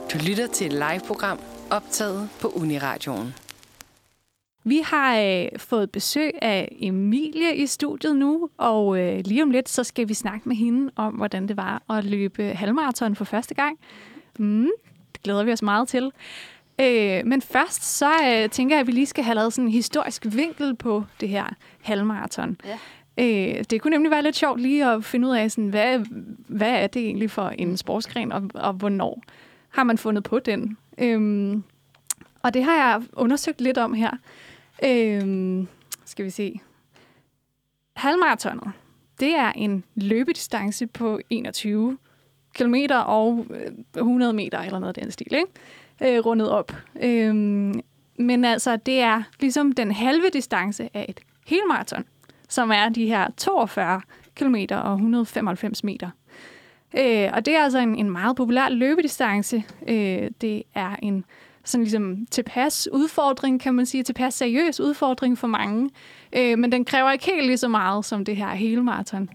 Du lytter til et live-program optaget på Uniradioen. Vi har fået besøg af Emilie i studiet nu, og lige om lidt, så skal vi snakke med hende om, hvordan det var at løbe halvmarathon for første gang. Det glæder vi os meget til. Men først, så tænker jeg, at vi lige skal have lavet sådan en historisk vinkel på det her halvmarathon. Ja. Det kunne nemlig være lidt sjovt lige at finde ud af, sådan, hvad er det egentlig for en sportsgren, og hvornår har man fundet på den. Og det har jeg undersøgt lidt om her. Skal vi se. Halvmaratonet, det er en løbedistance på 21 kilometer og 100 meter eller noget af den stil, ikke? Rundet op. Men altså, det er ligesom den halve distance af et helmaraton, som er de her 42 kilometer og 195 meter. Og det er altså en meget populær løbedistance. Det er en sådan ligesom tilpas udfordring, kan man sige, tilpas seriøs udfordring for mange. Men den kræver ikke helt lige så meget som det her helmaraton.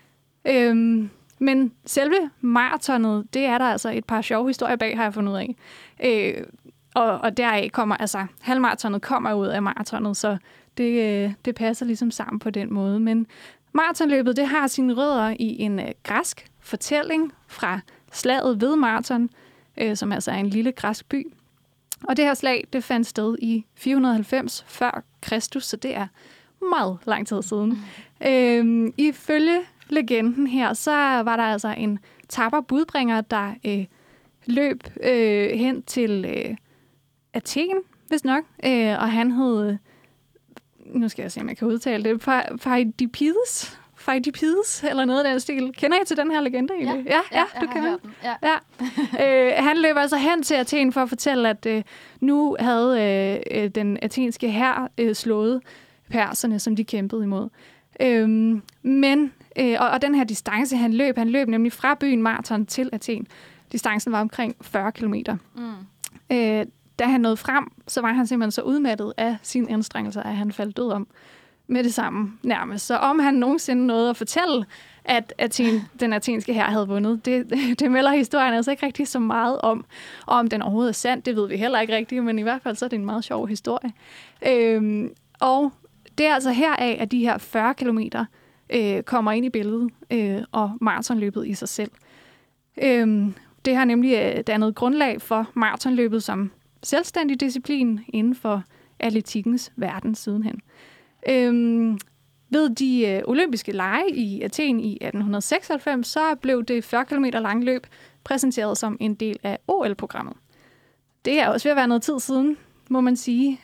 Men selve maratonet, det er der altså et par sjove historier bag, har jeg fundet ud af. Og deraf kommer, altså halvmaratonet kommer ud af maratonet, så det passer ligesom sammen på den måde. Men maratonløbet, det har sine rødder i en græsk fortælling fra slaget ved Marathon, som altså er en lille græsk by. Og det her slag, det fandt sted i 490 før Kristus, så det er meget lang tid siden. Ifølge legenden her, så var der altså en tapper budbringer, der løb hen til Athen, vist nok. Og han hed, nu skal jeg se, om jeg kan udtale det, Pheidippides, eller noget af den stil. Kender I til den her legende egentlig? Ja, du kender den. Ja. Han løb altså hen til Athen for at fortælle, at nu havde den athenske hær slået perserne, som de kæmpede imod. Og den her distance, han løb nemlig fra byen Marathon til Athen. Distancen var omkring 40 kilometer. Da han nåede frem, så var han simpelthen så udmattet af sine anstrengelser, at han faldt død om med det samme nærmest. Så om han nogensinde nåede at fortælle, at den athenske hær havde vundet, det melder historien altså ikke rigtig så meget om. Og om den overhovedet er sandt, det ved vi heller ikke rigtigt, men i hvert fald så er det en meget sjov historie. Og det er altså heraf, at de her 40 kilometer kommer ind i billedet, og maratonløbet i sig selv. Det har nemlig dannet grundlag for maratonløbet som selvstændig disciplin inden for atletikkens verden sidenhen. Ved de olympiske lege i Athen i 1896, så blev det 40 km lange løb præsenteret som en del af OL-programmet. Det er også ved at være noget tid siden, må man sige.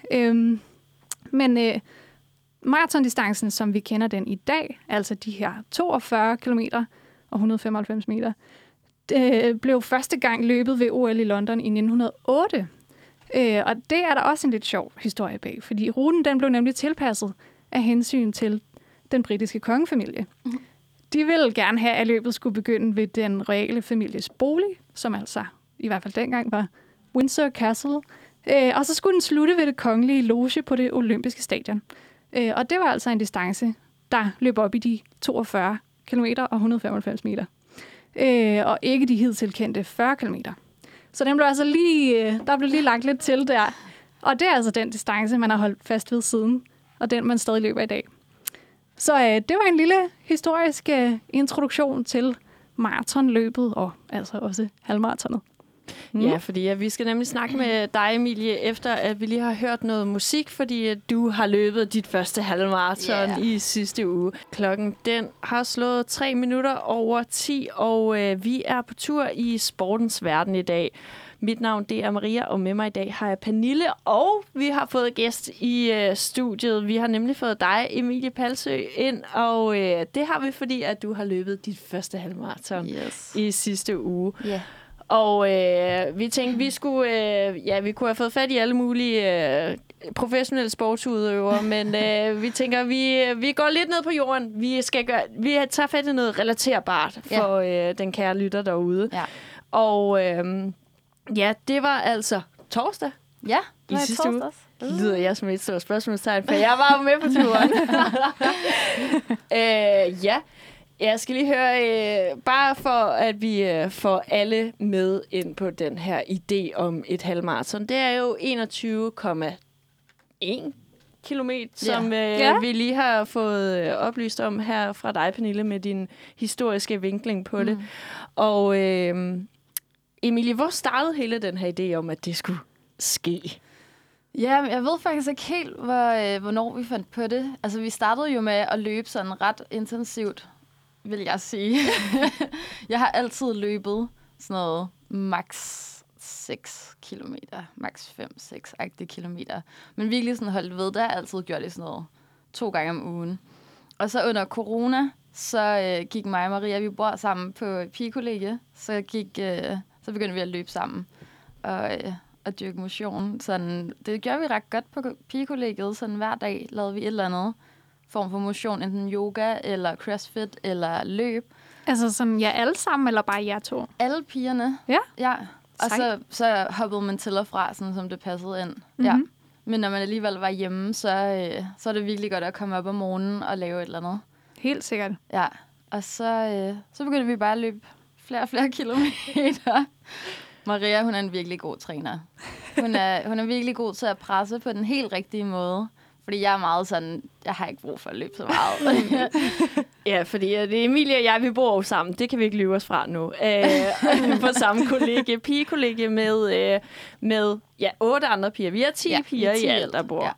Men maratondistancen, som vi kender den i dag, altså de her 42 km og 195 meter, det blev første gang løbet ved OL i London i 1908. Og det er der også en lidt sjov historie bag, fordi ruten den blev nemlig tilpasset af hensyn til den britiske kongefamilie. De ville gerne have, at løbet skulle begynde ved den royale families bolig, som altså i hvert fald dengang var Windsor Castle, og så skulle den slutte ved det kongelige loge på det olympiske stadion. Og det var altså en distance, der løb op i de 42 km og 195 meter. Og ikke de hidtil kendte 40 kilometer. Så den blev altså der blev lige lagt lidt til der. Og det er altså den distance, man har holdt fast ved siden, og den, man stadig løber i dag. Så det var en lille historisk introduktion til maratonløbet, og altså også halvmaratonet. Ja, fordi vi skal nemlig snakke med dig, Emilie, efter at vi lige har hørt noget musik, fordi du har løbet dit første halvmaraton i sidste uge. Klokken den har slået 3 minutter over 10, og vi er på tur i sportens verden i dag. Mit navn det er Maria, og med mig i dag har jeg Pernille, og vi har fået gæst i studiet. Vi har nemlig fået dig, Emilie Palsø, ind, og det har vi, fordi at du har løbet dit første halvmaraton i sidste uge. Yeah. Og vi tænkte, vi kunne have fået fat i alle mulige professionelle sportsudøvere, men vi tænker, vi går lidt ned på jorden. Vi tager fat i noget relaterbart for den kære lytter derude. Ja. Og det var altså torsdag. Ja, det var sidste uge. Lyder jeg som et stort spørgsmålstegn, for jeg var jo med på turen. Jeg skal lige høre, bare for at vi får alle med ind på den her idé om et halvmarathon. Det er jo 21,1 kilometer, som vi lige har fået oplyst om her fra dig, Pernille, med din historiske vinkling på det. Og Emilie, hvor startede hele den her idé om, at det skulle ske? Ja, jeg ved faktisk ikke helt, hvornår vi fandt på det. Altså, vi startede jo med at løbe sådan ret intensivt, vil jeg sige. Jeg har altid løbet sådan noget max 6 kilometer, max 5-6-agtige kilometer. Men virkelig sådan holdt ved, der har jeg altid gjort det sådan noget 2 gange om ugen. Og så under corona, så gik mig og Maria, vi bor sammen på pigekollegie, så begyndte vi at løbe sammen og dyrke motion. Sådan, det gjorde vi ret godt på pigekollegiet, sådan hver dag lavede vi et eller andet form for motion, enten yoga, eller crossfit, eller løb. Altså sådan alle sammen, eller bare jer to? Alle pigerne. Ja. Og så hoppede man til og fra, sådan som det passede ind. Ja. Men når man alligevel var hjemme, så er det virkelig godt at komme op om morgenen og lave et eller andet. Helt sikkert. Ja, og så begyndte vi bare at løbe flere og flere kilometer. Maria, hun er en virkelig god træner. Hun er virkelig god til at presse på den helt rigtige måde. Fordi jeg er meget sådan, jeg har ikke brug for at løbe så meget. Ja, fordi Emilie og jeg, vi bor jo sammen. Det kan vi ikke lyve os fra nu. På samme pigekollegie med 8 andre piger. Vi er 10 piger i alt, der bor.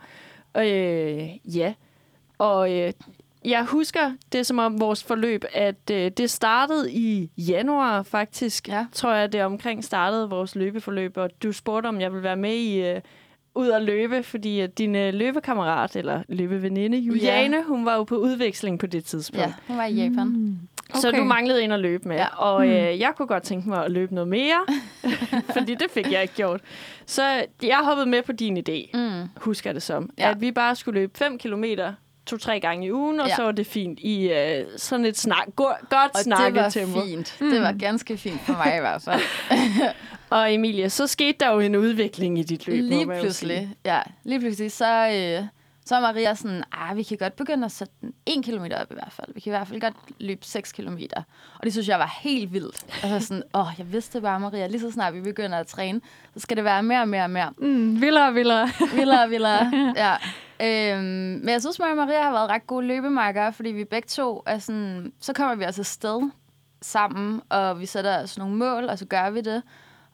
Ja. Og jeg husker det som om vores forløb, at det startede i januar faktisk. Ja. Tror jeg, det omkring startede vores løbeforløb. Og du spurgte, om jeg ville være med i ud at løbe, fordi din løbekammerat, eller løbeveninde, Juliane, hun var jo på udveksling på det tidspunkt. Ja, hun var i Japan. Okay. Så du manglede en at løbe med. Ja. Og jeg kunne godt tænke mig at løbe noget mere, fordi det fik jeg ikke gjort. Så jeg hoppede med på din idé, husker det som, at vi bare skulle løbe 5 kilometer 2-3 gange i ugen, og så var det fint i sådan et godt snakketempo. Og det var fint. Det var ganske fint for mig i hvert fald. Og Emilie, så skete der jo en udvikling i dit løb. Lige pludselig, så er Maria sådan, vi kan godt begynde at sætte den 1 kilometer op i hvert fald. Vi kan i hvert fald godt løbe 6 kilometer. Og det synes jeg var helt vildt. Altså sådan, jeg vidste bare, Maria, lige så snart vi begynder at træne, så skal det være mere og mere og mere. Vildere. Ja. Men jeg synes, mig og Maria har været ret gode løbemarkere, fordi vi begge to er sådan, så kommer vi altså sted sammen, og vi sætter sådan nogle mål, og så gør vi det.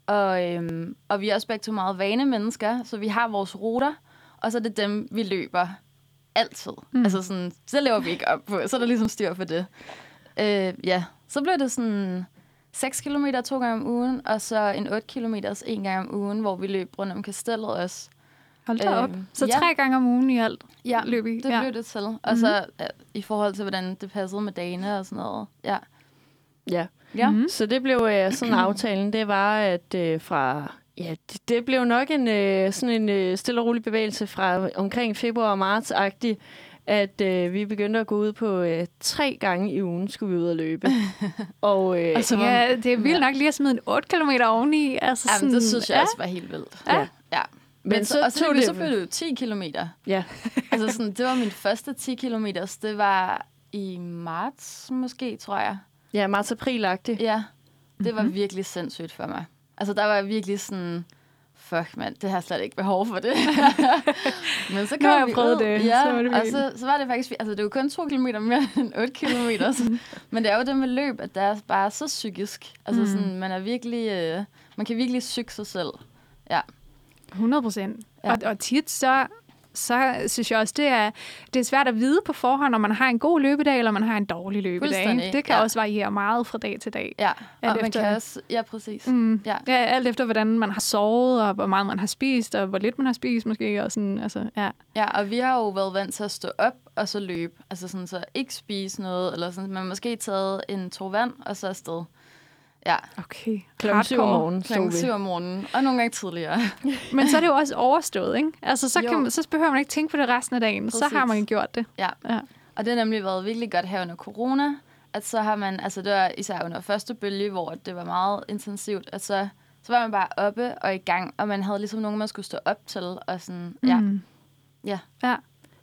Og vi er også begge to meget vanemennesker, så vi har vores ruter, og så er det dem, vi løber altid. Altså sådan, så lever vi ikke op på, så er der ligesom styr på det. Så blev det sådan 6 kilometer 2 gange om ugen, og så en 8 kilometer 1 gang om ugen, hvor vi løb rundt om kastellet også. Hold da op. Så 3 gange om ugen i alt løb I? Det blev det til. Og så i forhold til, hvordan det passede med dagene og sådan noget. Ja. Så det blev sådan aftalen. Det var, at det blev nok sådan en stille og rolig bevægelse fra omkring februar og marts-agtig, at vi begyndte at gå ud på 3 gange i ugen, skulle vi ud og løbe. Og det er vildt nok lige at smide en 8 kilometer oveni. Altså sådan, det synes jeg også var helt vildt. Ja. Men så blev det jo 10 kilometer. Ja. Altså sådan, det var min første 10 kilometer. Det var i marts måske, tror jeg. Ja, marts-april-agtigt. Ja, det var virkelig sindssygt for mig. Altså, der var jeg virkelig sådan, fuck mand, det har jeg slet ikke behov for det. Men så kom vi ud, det. Så var det faktisk, altså det er jo kun 2 kilometer mere end 8 kilometer. Men det er jo det med løb, at det er bare så psykisk. Altså sådan, man er virkelig, man kan virkelig psyke sig selv. Ja. 100%. Ja. Og tit så synes jeg også, det er svært at vide på forhånd, om man har en god løbedag, eller man har en dårlig løbedag. Det kan også variere meget fra dag til dag. Ja, og man kan også... Ja, præcis. Alt efter, hvordan man har sovet, og hvor meget man har spist, og hvor lidt man har spist måske. Og sådan, altså, ja, og vi har jo været vant til at stå op, og så løbe. Altså sådan, så ikke spise noget, eller sådan, man måske taget en tog vand, og så afsted. Ja. Okay. Klokken 7 om morgenen. Klokken 7 om morgenen, og nogle gange tidligere. Men så er det jo også overstået, ikke? Altså, så behøver man ikke tænke på det resten af dagen. Præcis. Så har man gjort det. Ja. Og det har nemlig været virkelig godt her under corona, at så har man, altså det var især under første bølge, hvor det var meget intensivt, at så var man bare oppe og i gang, og man havde ligesom nogen, man skulle stå op til, og sådan, Ja.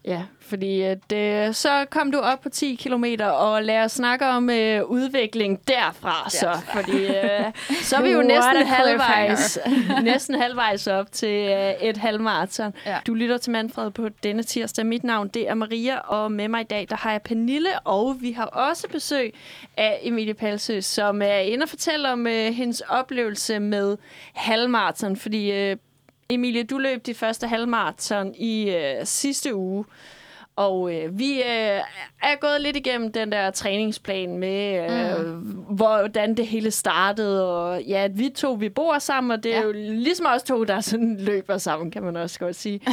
Ja, fordi så kom du op på 10 kilometer, og lad os snakke om udvikling derfra. Så, fordi så er vi jo næsten halvvejs op til et halvmarathon. Ja. Du lytter til Manfred på denne tirsdag. Mit navn, det er Maria, og med mig i dag, der har jeg Pernille, og vi har også besøg af Emilie Palsø, som er inde og fortælle om hendes oplevelse med halvmarathon, fordi Emilie, du løb dit første halvmarathon i sidste uge, og vi er gået lidt igennem den der træningsplan med, hvordan det hele startede, og ja, at vi bor sammen, og det er jo ligesom os to, der sådan løber sammen, kan man også godt sige.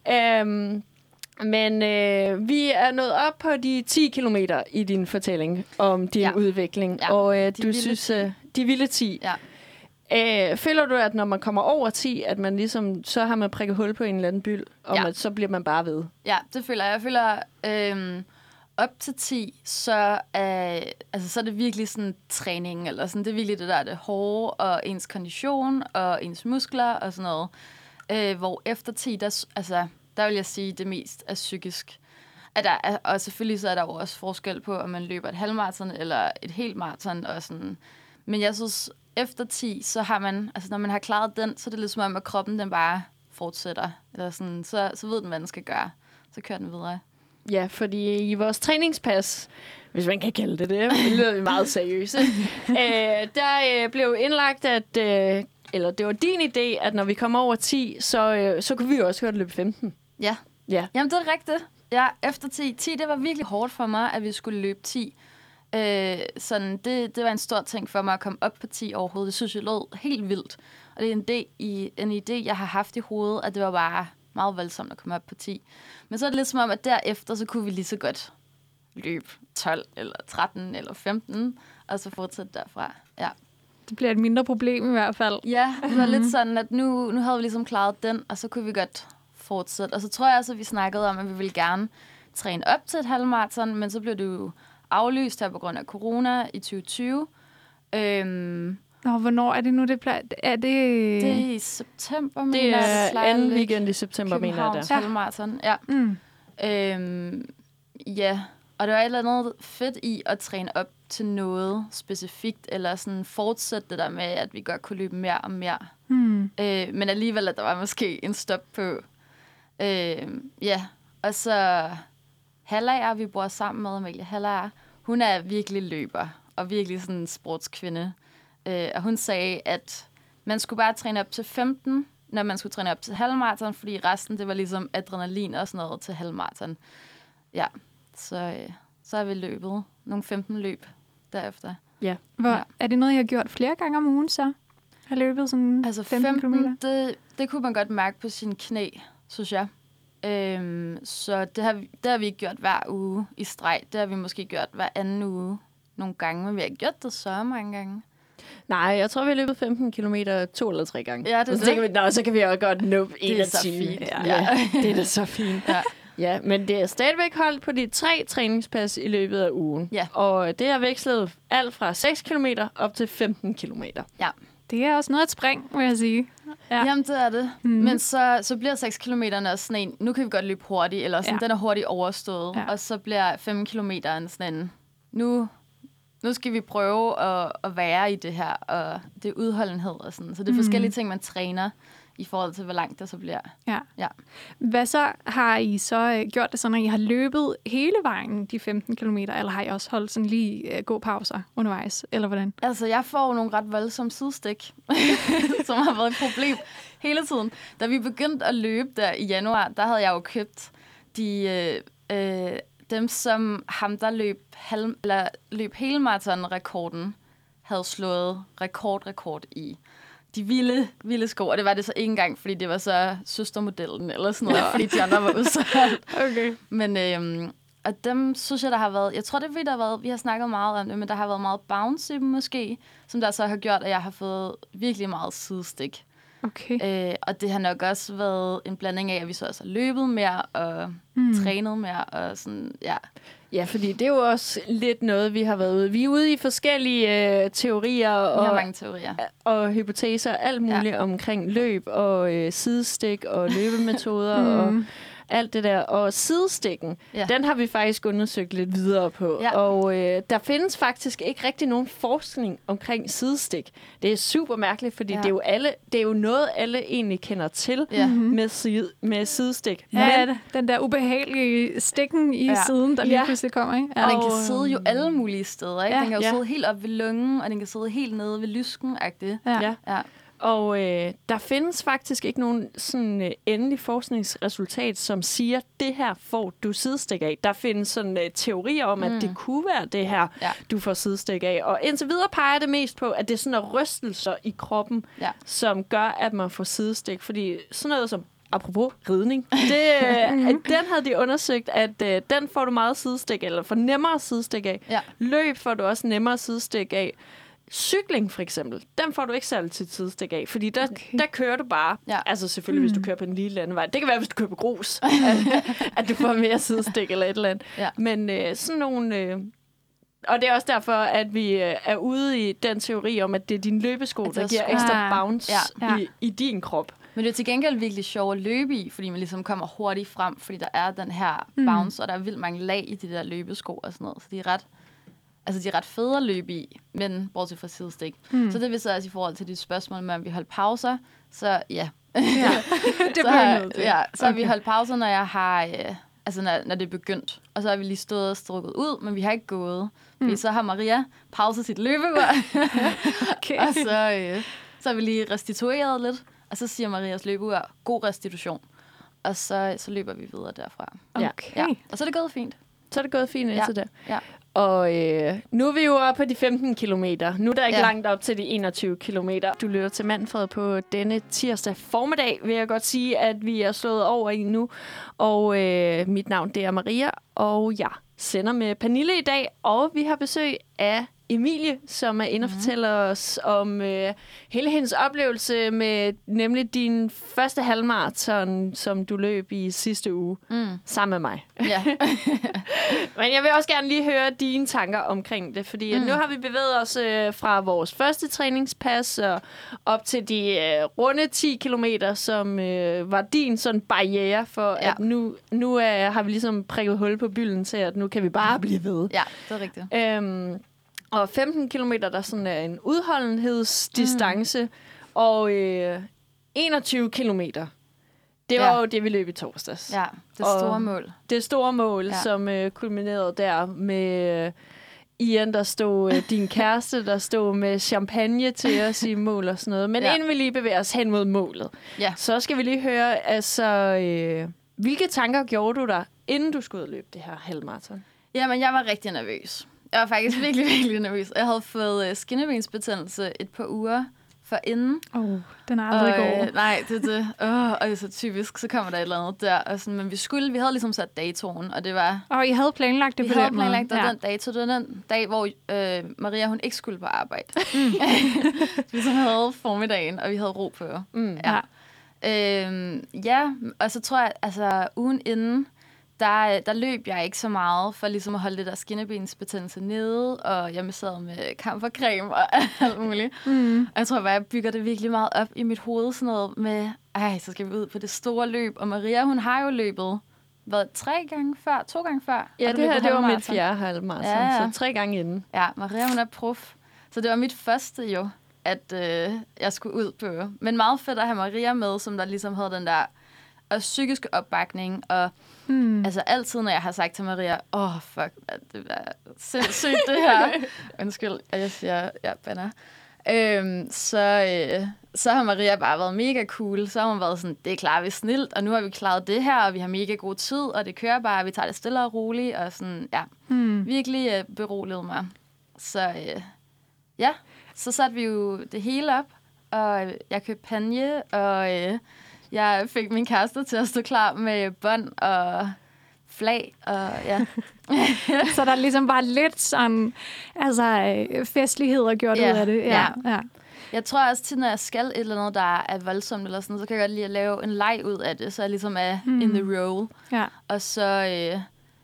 Men vi er nået op på de 10 kilometer i din fortælling om din udvikling, og du synes, de vilde 10. Ja. Føler du, at når man kommer over 10, at man ligesom, så har man prikket hul på en eller anden byld, og så bliver man bare ved? Ja, det føler jeg. Jeg føler, op til 10, så er det virkelig sådan træning, eller sådan, det er virkelig det der, det hårde, og ens kondition, og ens muskler, og sådan noget. Hvor efter 10, der vil jeg sige, det mest er psykisk. Og selvfølgelig så er der jo også forskel på, om man løber et halvmarathon, eller et helt marathon, og sådan. Men jeg synes, efter 10, så har man, når man har klaret den, så er det lidt som om, at kroppen den bare fortsætter. Eller sådan, så ved den, hvad den skal gøre. Så kører den videre. Ja, fordi i vores træningspas, hvis man kan kalde det, lyder vi meget seriøse, der blev indlagt, eller det var din idé, at når vi kommer over 10, så kunne vi jo også godt løbe 15. Ja. Jamen, det er rigtigt. Ja, efter 10. 10, det var virkelig hårdt for mig, at vi skulle løbe 10. Sådan, det var en stor ting for mig at komme op på 10 overhovedet. Det synes jeg lød helt vildt. Og det er en idé, jeg har haft i hovedet, at det var bare meget voldsomt at komme op på 10. Men så er det lidt som om, at derefter, så kunne vi lige så godt løbe 12, eller 13, eller 15, og så fortsætte derfra. Ja. Det bliver et mindre problem i hvert fald. Ja, det var lidt sådan, at nu havde vi ligesom klaret den, og så kunne vi godt fortsætte. Og så tror jeg også, at vi snakkede om, at vi ville gerne træne op til et halvmarathon, men så blev det jo aflyst her på grund af corona i 2020. Hvornår er det nu, det er det... Det er i september, det er anden weekend i september, mener jeg det. Halvmarathon, ja. Ja, og det var et eller andet fedt i at træne op til noget specifikt, eller sådan fortsætte det der med, at vi godt kunne løbe mere og mere. Men alligevel, at der var måske en stop på. Og så Hallager, vi bor sammen med Amalie Hallager, hun er virkelig løber, og virkelig sådan en sportskvinde. Og hun sagde, at man skulle bare træne op til 15, når man skulle træne op til halvmarathon, fordi resten, det var ligesom adrenalin og sådan noget til halvmarathon. Ja, så har vi løbet nogle 15 løb derefter. Ja. Er det noget, jeg har gjort flere gange om ugen så? Har løbet sådan 15 km? Det kunne man godt mærke på sine knæ, synes jeg. Så det har vi ikke gjort hver uge i streg. Det har vi måske gjort hver anden uge nogle gange, men vi har gjort det så mange gange. Nej, jeg tror, vi har løbet 15 kilometer 2 eller 3 gange. Ja, det er så tænker vi, så kan vi også godt nå 21. Det er så fint. Ja, det er da så fint. Ja, men det er stadigvæk holdt på de 3 træningspas i løbet af ugen. Ja. Og det har vekslet alt fra 6 kilometer op til 15 kilometer. Ja. Det er også noget at springe, må jeg sige. Ja. Jamen, det er det. Men så bliver 6 kilometerne også sådan en, nu kan vi godt løbe hurtigt, eller sådan, den er hurtigt overstået. Ja. Og så bliver 5 kilometeren sådan en, nu skal vi prøve at være i det her, og det er udholdenhed og sådan. Så det er forskellige ting, man træner i forhold til, hvor langt det så bliver. Ja. Hvad så har I så gjort det sådan, at I har løbet hele vejen de 15 kilometer, eller har I også holdt sådan lige gåpauser undervejs, eller hvordan? Altså, jeg får nogle ret voldsomme sidestik, som har været et problem hele tiden. Da vi begyndte at løbe der i januar, der havde jeg jo købt dem, som ham, der løb hele marathon-rekorden, havde slået rekord i de vilde sko. Og det var det så ikke engang, fordi det var så søstermodellen eller sådan noget, fordi de andre var udsolgt. Okay. Men og dem synes jeg, der har været... Jeg tror, det er fordi, vi har snakket meget om det, men der har været meget bounce i dem måske, som der så har gjort, at jeg har fået virkelig meget sidestik. Okay. Og det har nok også været en blanding af, at vi så også har løbet mere og trænet mere og sådan, ja. Ja, fordi det er jo også lidt noget, vi har været ude. Vi er ude i forskellige teorier vi har mange teorier. Og hypoteser, alt muligt omkring løb og sidestik og løbemetoder og alt det der. Og sidestikken, den har vi faktisk undersøgt lidt videre på. Ja. Og der findes faktisk ikke rigtig nogen forskning omkring sidestik. Det er super mærkeligt, fordi det er jo noget, alle egentlig kender til med sidestik. Ja, men den der ubehagelige stikken i siden, der lige pludselig kommer, ikke? Ja. Og den kan sidde jo alle mulige steder, ikke? Den kan jo sidde helt op ved lungen, og den kan sidde helt nede ved lysken-agtigt. Ja. Og der findes faktisk ikke nogen sådan endelig forskningsresultat, som siger, det her får du sidestik af. Der findes sådan teorier om, at det kunne være det her, du får sidestik af. Og indtil videre peger det mest på, at det er sådan nogle rystelser i kroppen, som gør, at man får sidestik. Fordi sådan noget som apropos ridning, den havde de undersøgt, at den får du meget sidestik, eller får nemmere sidestik af. Ja. Løb får du også nemmere sidestik af. Cykling for eksempel, den får du ikke særlig til sidestik af, fordi der kører du bare. Ja. Altså selvfølgelig, hvis du kører på en lille landevej. Det kan være, hvis du kører på grus, at du får mere sidestik eller et eller andet. Ja. Men sådan nogle... og det er også derfor, at vi er ude i den teori om, at det er din løbesko, der giver ekstra bounce i din krop. Men det er til gengæld virkelig sjovt at løbe i, fordi man ligesom kommer hurtigt frem, fordi der er den her bounce, og der er vildt mange lag i de der løbesko og sådan noget. Så de er ret fede at løbe i, men bortset fra sidestik. Så det vil så også i forhold til dit spørgsmål med, om vi holder pauser, så det bliver nødt til. Ja, så har vi holdt pauser, når jeg har... når det er begyndt. Og så har vi lige stået og strukket ud, men vi har ikke gået. Fordi så har Maria pauset sit løbeur. Og så har vi lige restitueret lidt. Og så siger Marias løbeur, god restitution. Og så løber vi videre derfra. Okay. Ja. Og så er det gået fint. Så er det gået fint indtil der. Ja. Og nu er vi jo oppe på de 15 kilometer. Nu er der ikke langt op til de 21 kilometer. Du lytter til Manfred på denne tirsdag formiddag, vil jeg godt sige, at vi er slået over i nu. Og mit navn, det er Maria, og jeg sender med Pernille i dag. Og vi har besøg af Emilie, som er inde og fortæller os om hele hendes oplevelse med nemlig din første halvmarathon, som du løb i sidste uge sammen med mig. Ja. Men jeg vil også gerne lige høre dine tanker omkring det, fordi nu har vi bevæget os fra vores første træningspas og op til de runde 10 kilometer, som var din sådan barriere for, at nu har vi ligesom prikket hul på bylden til, at nu kan vi bare blive ved. Ja, det er rigtigt. Og 15 kilometer, der sådan er en udholdenhedsdistance, og 21 kilometer, det var jo det, vi løb i torsdags. Ja, det store mål. Det store mål, som kulminerede der med Ian, der stod din kæreste, der stod med champagne til os i mål og sådan noget. Men inden vi lige bevæger os hen mod målet, så skal vi lige høre, altså, hvilke tanker gjorde du der, inden du skulle ud og løbe det her halvmarathon? Jamen, jeg var rigtig nervøs. Jeg var faktisk virkelig, virkelig nervøs. Jeg havde fået skinnebensbetændelse et par uger forinden. Den er aldrig god. Nej, det er det. Og det er så typisk, så kommer der et eller andet der. Og sådan, men vi havde ligesom sat datoen, og det var... I havde planlagt det på den måde. Vi havde planlagt den dato. Det var den dag, hvor Maria, hun ikke skulle på arbejde. Vi så havde formiddagen, og vi havde ro på. Og så tror jeg, altså ugen inden, der løb jeg ikke så meget for ligesom at holde det der skinnebensbetændelse nede, og jeg sad med camfercreme og alt muligt. Og jeg tror bare, jeg bygger det virkelig meget op i mit hoved, sådan noget med, så skal vi ud på det store løb. Og Maria, hun har jo løbet, 2 gange før? Ja, det her, det var mit 4. halvmarathon, så 3 gange inden. Ja, Maria, hun er prof. Så det var mit første jo, at jeg skulle ud på. Men meget fedt at have Maria med, som der ligesom havde den der og psykiske opbakning, og altså altid, når jeg har sagt til Maria, fuck, det er sindssygt det her. Undskyld, at jeg siger, banner. Så har Maria bare været mega cool. Så har hun været sådan, det klarer vi snilt, og nu har vi klaret det her, og vi har mega god tid, og det kører bare, vi tager det stille og roligt, og sådan, virkelig beroliget mig. Så så satte vi jo det hele op, og jeg købte panje, og jeg fik min kæreste til at stå klar med bånd og flag, og Så der ligesom var lidt sådan, festligheder gjort ud af det. Ja. Jeg tror også til, når jeg skal et eller andet, der er voldsomt, eller sådan, så kan jeg godt lide at lave en leg ud af det, så jeg ligesom er in the role. Ja. Og så,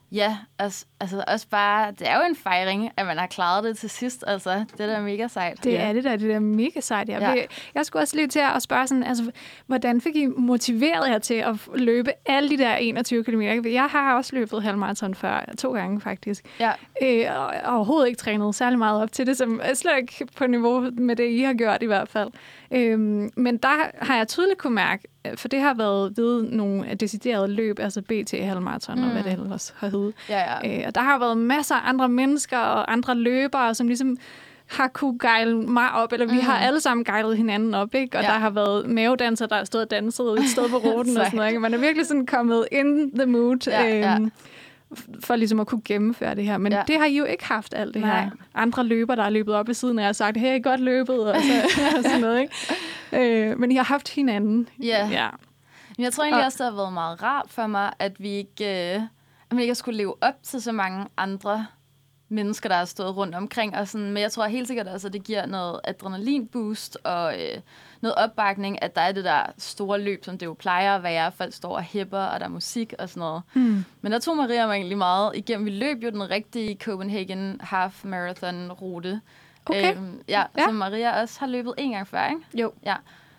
Ja, altså også bare, det er jo en fejring, at man har klaret det til sidst, altså. Det er da mega sejt. Det er det der mega sejt. Jeg skulle også lige til at spørge sådan, altså, hvordan fik I motiveret jer til at løbe alle de der 21 km? Jeg har også løbet halvmarathon før, 2 gange faktisk. Ja. Og overhovedet ikke trænet særlig meget op til det, som er slet ikke på niveau med det, I har gjort i hvert fald. Men der har jeg tydeligt kunne mærke, for det har været ved nogle deciderede løb, altså BT halvmarathon og hvad det ellers har heddet. Ja. Og der har været masser af andre mennesker og andre løbere, som ligesom har kunne gejle mig op, eller vi har alle sammen gejlet hinanden op, ikke? Og der har været mavedanser, der har stået og danset et sted på ruten og sådan noget, ikke? Man er virkelig sådan kommet in the mood, for ligesom at kunne gennemføre det her. Men det har I jo ikke haft, alt det her. Andre løber, der har løbet op ved siden af og sagt, hey, godt løbet, og sådan noget, ikke? Men I har haft hinanden. Ja. Men jeg tror egentlig også, det har været meget rart for mig, at vi ikke skulle leve op til så mange andre mennesker, der har stået rundt omkring. Og sådan, men jeg tror helt sikkert også, at det giver noget adrenalinboost og noget opbakning, at der er det der store løb, som det jo plejer at være. Folk står og hipper, og der er musik og sådan noget. Men der tog Maria mig egentlig meget igennem. Vi løb jo den rigtige Copenhagen Half Marathon rute. Okay. Som Maria også har løbet 1 gang før, ikke? Jo. Ja.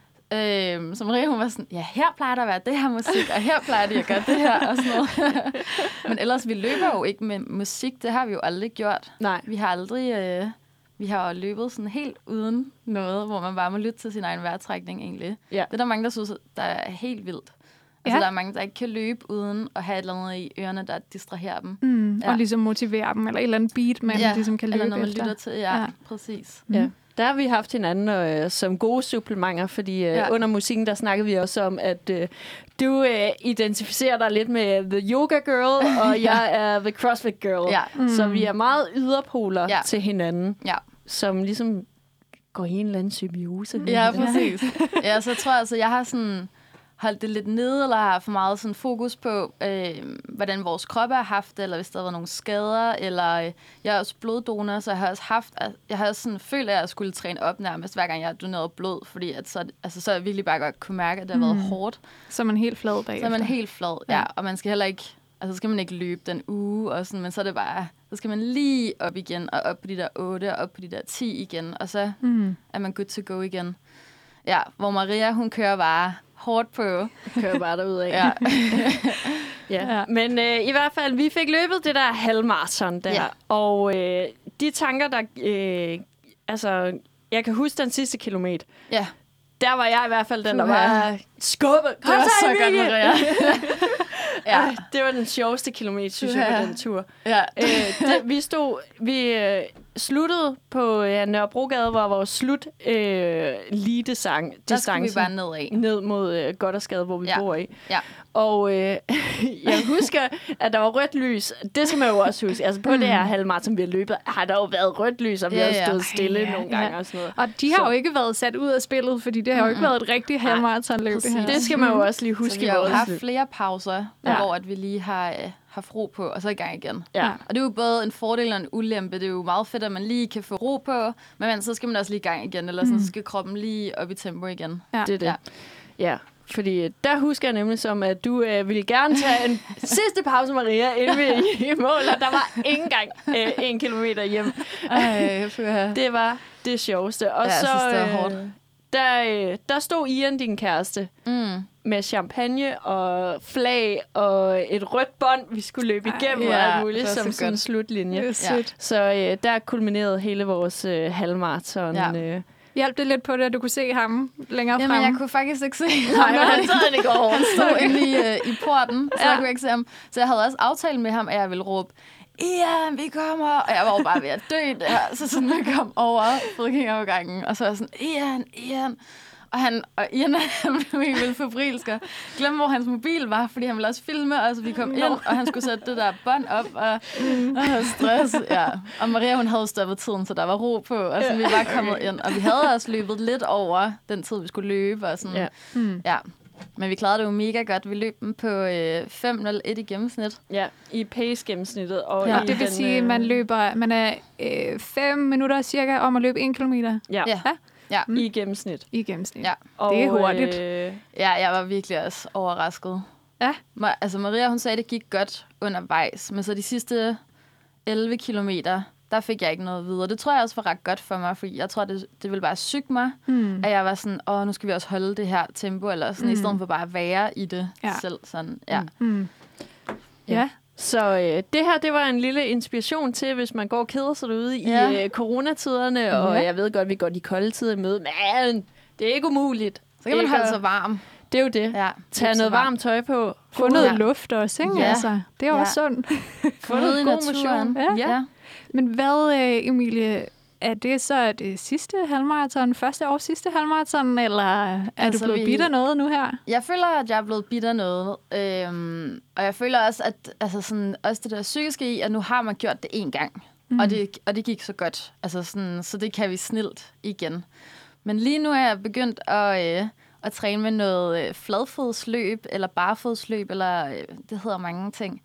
Så Maria, hun var sådan, ja, her plejer der at være det her musik, og her plejer de at gøre det her, og sådan noget. Men ellers, vi løber jo ikke med musik, det har vi jo aldrig gjort. Nej. Vi har aldrig, vi har jo løbet sådan helt uden noget, hvor man bare må lytte til sin egen vejrtrækning egentlig. Ja. Det er der mange, der synes, der er helt vildt. Altså, der er mange, der ikke kan løbe uden at have et eller andet i ørerne, der distraherer dem. Og ligesom motivere dem, eller et eller andet beat, man ligesom kan løbe eller når man efter. lytter til, præcis. Ja. Der har vi haft hinanden som gode supplementer, fordi under musikken, der snakkede vi også om, at du identificerer dig lidt med The Yoga Girl, og jeg er The CrossFit Girl. Ja. Så vi er meget yderpoler til hinanden, som ligesom går i en eller anden symbiose. Ja, præcis. Ja, så tror jeg, altså, jeg har sådan holdt det lidt nede, eller har for meget sådan fokus på, hvordan vores kroppe har haft det, eller hvis der har været nogle skader, eller jeg er også bloddonor, så jeg har også sådan følt, at jeg skulle træne op nærmest, hver gang jeg har doneret blod, fordi at så jeg virkelig bare godt kunne mærke, at det har været hårdt. Så er man helt flad bagefter. Så er man helt flad, og man skal heller ikke, altså skal man ikke løbe den uge, og sådan, men så er det bare, så skal man lige op igen, og op på de der 8, og op på de der 10 igen, og så er man good to go igen. Ja, hvor Maria, hun kører bare hårdt på. Kører bare derudad. Ja. Men i hvert fald, vi fik løbet det der halvmarathon der. Og de tanker, der... altså, jeg kan huske den sidste kilometer. Ja. Der var jeg i hvert fald den, der var skubbe. Det var så godt, Maria. Det var den sjoveste kilometer, synes jeg, på den tur. Ja. Vi sluttede på Nørrebrogade, hvor vores slut elite-sang. Der skulle vi bare nedad. Ned mod Goddersgade, hvor vi bor i. Ja. Og jeg husker, at der var rødt lys. Det skal man jo også huske. Altså på det her halvmarathon, vi har løbet, har der jo været rødt lys, og vi har stået stille nogle gange og sådan noget. Og de har jo ikke været sat ud af spillet, fordi det har jo ikke været et rigtigt halvmarathonløb. Det skal man jo også lige huske. Så vi har jo haft flere pauser, hvor at vi lige har haft ro på, og så i gang igen. Ja. Og det er jo både en fordel og en ulempe. Det er jo meget fedt, at man lige kan få ro på, men så skal man også lige i gang igen, eller sådan, så skal kroppen lige op i tempo igen. Ja. Det er det. Ja. Fordi der husker jeg nemlig som, at du ville gerne tage en sidste pause, Maria, inden vi i mål, og der var ikke engang 1 kilometer hjem. Det var det sjoveste. Og jeg synes, det var hårdt. Der stod Ian, din kæreste, med champagne og flag og et rødt bånd, vi skulle løbe igennem og alt muligt som sådan en slutlinje. Så der kulminerede hele vores halvmarathon. Hjalp det lidt på det, at du kunne se ham længere fremme? Jamen, jeg kunne faktisk ikke se ham. Nej, han sad ikke over. Han stod inde i porten, så jeg kunne ikke se ham. Så jeg havde også aftalt med ham, at jeg ville råbe, Ian, vi kommer! Og jeg var jo bare ved at dø der. Så sådan, jeg kom over fodgængerovergangen, og så var jeg sådan, Ian! Og Ian blev helt vildt febrilsk og glemte, hvor hans mobil var, fordi han ville også filme, og så vi kom ind, og han skulle sætte det der bånd op, og stress. Ja. Og Maria, hun havde stoppet tiden, så der var ro på, og så vi var kommet ind. Og vi havde også løbet lidt over den tid, vi skulle løbe, og sådan. Ja. Men vi klarede det jo mega godt. Vi løb dem på 5.01 i gennemsnit. Ja, i pace-gennemsnittet. Og det vil sige, at man er 5 minutter cirka om at løbe 1 kilometer. Ja. I gennemsnit. I gennemsnit. Ja. Det er hurtigt. Jeg var virkelig også overrasket. Ja. Altså Maria, hun sagde, det gik godt undervejs, men så de sidste 11 kilometer, der fik jeg ikke noget videre. Det tror jeg også var ret godt for mig, fordi jeg tror, det ville bare syge mig, at jeg var sådan, nu skal vi også holde det her tempo, eller sådan, i stedet for bare at være i det selv. Sådan, ja. Ja. Så det her, det var en lille inspiration til, hvis man går og keder sig derude i coronatiderne, og jeg ved godt, vi går de kolde tider i møde, men det er ikke umuligt. Så kan man holde sig varm. Det er jo det. Ja, tag noget varmt tøj på. Få noget luft også, ikke? Ja. Altså, det er også sundt. Få noget i naturen. Ja. Men hvad, Emilie, er det så det sidste halvmarathon, første år sidste halvmarathon, eller er du blevet bidt af noget nu her? Jeg føler, at jeg er blevet bidt af noget. Og jeg føler også, at også det der psykiske i, at nu har man gjort det en gang. Og det gik så godt. Altså sådan, så det kan vi snilt igen. Men lige nu er jeg begyndt at træne med noget fladfodsløb, eller barfodsløb, eller det hedder mange ting.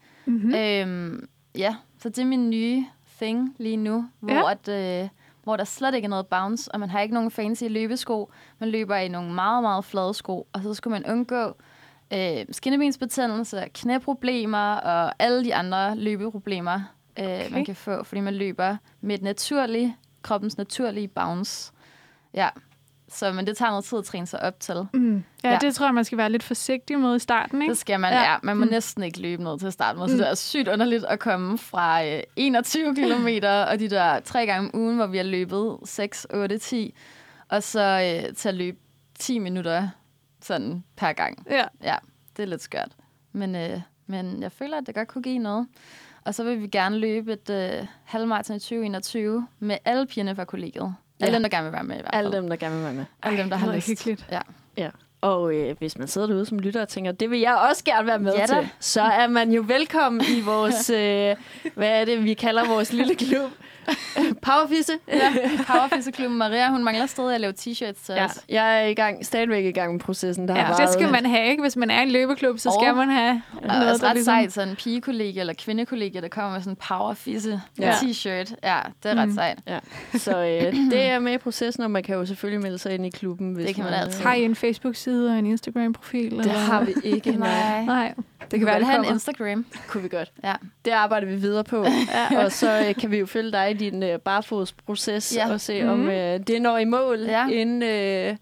Så det er min nye thing lige nu, hvor der slet ikke er noget bounce, og man har ikke nogen fancy løbesko. Man løber i nogle meget, meget flade sko, og så skulle man undgå skinnebensbetændelse, knæproblemer og alle de andre løbeproblemer, man kan få, fordi man løber med kroppens naturlige bounce. Ja. Men det tager noget tid at træne sig op til. Ja, det tror jeg, man skal være lidt forsigtig med i starten, ikke? Det skal man, ja. Man må næsten ikke løbe noget til at starte med, så det er sygt underligt at komme fra 21 kilometer og de der 3 gange om ugen, hvor vi har løbet 6, 8, 10, og så til at løbe 10 minutter sådan per gang. Ja, det er lidt skørt. Men jeg føler, at det godt kunne give noget. Og så vil vi gerne løbe et halvmarathon i 2021 med alle pigerne fra kollegiet. Alle dem, der gerne vil være med i hvert fald. Alle dem, der gerne vil være med. Alle dem, der har lyst. Hyggeligt. Ja. Og hvis man sidder derude som lytter og tænker, det vil jeg også gerne være med til, så er man jo velkommen i vores, hvad er det, vi kalder vores lille klub? Powerfisse. Ja, Powerfisse-klubben. Maria, hun mangler stadig at lave t-shirts til os. Jeg er stadigvæk i gang med processen. Det skal man have, ikke? Hvis man er i en løbeklub, så skal man have noget, også der ret ligesom... sejt, sådan en pigekollega eller kvindekollega, der kommer med sådan en Powerfisse t-shirt. Ja, det er ret sejt. Ja. Så det er med i processen, og man kan jo selvfølgelig melde sig ind i klubben. Hvis det kan man altid. Har I en Facebook-side og en Instagram-profil? Det har vi ikke. Nej. Det kan være, det have en Instagram. Kunne vi godt. Ja. Det arbejder vi videre på. Og så kan vi jo følge dig i din barfodsproces og se, om det når i mål inden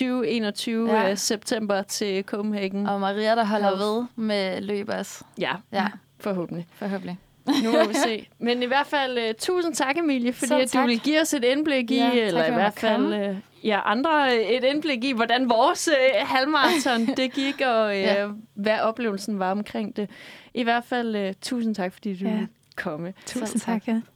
2021 september til Copenhagen. Og Maria, der holder ved med løbers. Ja, forhåbentlig. Nu må vi se. Men i hvert fald, tusind tak, Emilie, fordi at du vil give os et indblik i, eller i hvert fald et indblik i, hvordan vores halvmarathon det gik, og hvad oplevelsen var omkring det. I hvert fald, tusind tak, fordi du ville komme. Tusind tak.